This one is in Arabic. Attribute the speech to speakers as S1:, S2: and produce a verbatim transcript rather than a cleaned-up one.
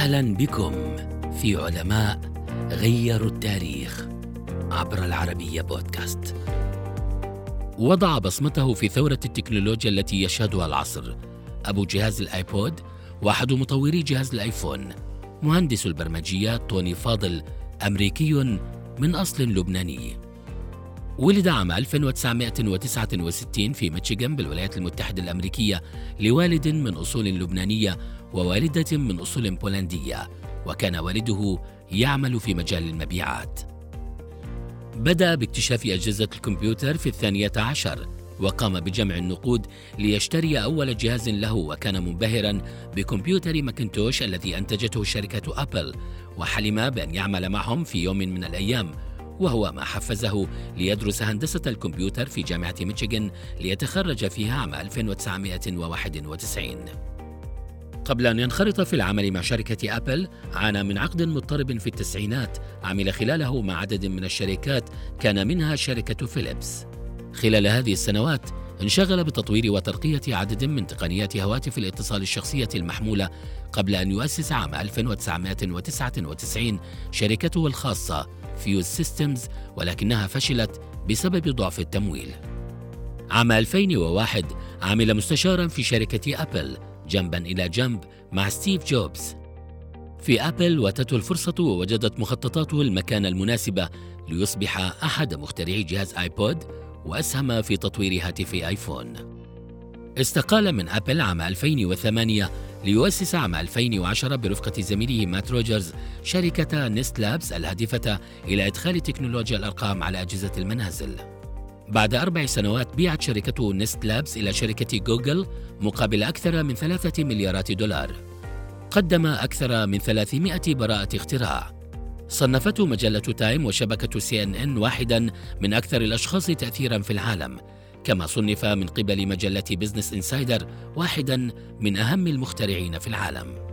S1: أهلاً بكم في علماء غيروا التاريخ عبر العربية بودكاست. وضع بصمته في ثورة التكنولوجيا التي يشهدها العصر أبو جهاز الآيبود وأحد مطوري جهاز الآيفون، مهندس البرمجيات توني فاضل، أمريكي من أصل لبناني. ولد عام ألف وتسعمائة وتسعة وستين في ميشيغان بالولايات المتحدة الأمريكية لوالد من أصول لبنانية ووالدة من أصول بولندية، وكان والده يعمل في مجال المبيعات. بدأ باكتشاف أجهزة الكمبيوتر في الثانية عشر، وقام بجمع النقود ليشتري أول جهاز له، وكان منبهراً بكمبيوتر ماكنتوش الذي أنتجته شركة أبل، وحلم بأن يعمل معهم في يوم من الأيام، وهو ما حفزه ليدرس هندسة الكمبيوتر في جامعة ميشيغان ليتخرج فيها عام ألف وتسعمائة وواحد وتسعين. قبل أن ينخرط في العمل مع شركة أبل، عانى من عقد مضطرب في التسعينات عمل خلاله مع عدد من الشركات، كان منها شركة فيليبس. خلال هذه السنوات انشغل بتطوير وترقية عدد من تقنيات هواتف الاتصال الشخصية المحمولة، قبل أن يؤسس عام ألف وتسعمائة وتسعة وتسعين شركته الخاصة فيوز سيستمز، ولكنها فشلت بسبب ضعف التمويل. عام ألفين وواحد عمل مستشاراً في شركة أبل جنباً إلى جنب مع ستيف جوبز. في أبل واتته الفرصة ووجدت مخططاته المكان المناسب ليصبح أحد مخترعي جهاز آيبود، وأسهم في تطوير هاتف آيفون. استقال من أبل عام ألفين وثمانية ليؤسس عام ألفين وعشرة برفقة زميله مات روجرز شركة نست لابس الهادفة إلى إدخال تكنولوجيا الأرقام على أجهزة المنازل. بعد أربع سنوات بيعت شركته نست لابس إلى شركة جوجل مقابل أكثر من ثلاثة مليارات دولار. قدم أكثر من ثلاثمائة براءة اختراع. صنفته مجلة تايم وشبكة سي إن إن واحداً من أكثر الأشخاص تأثيراً في العالم، كما صنف من قبل مجلة بيزنس إنسايدر واحداً من أهم المخترعين في العالم.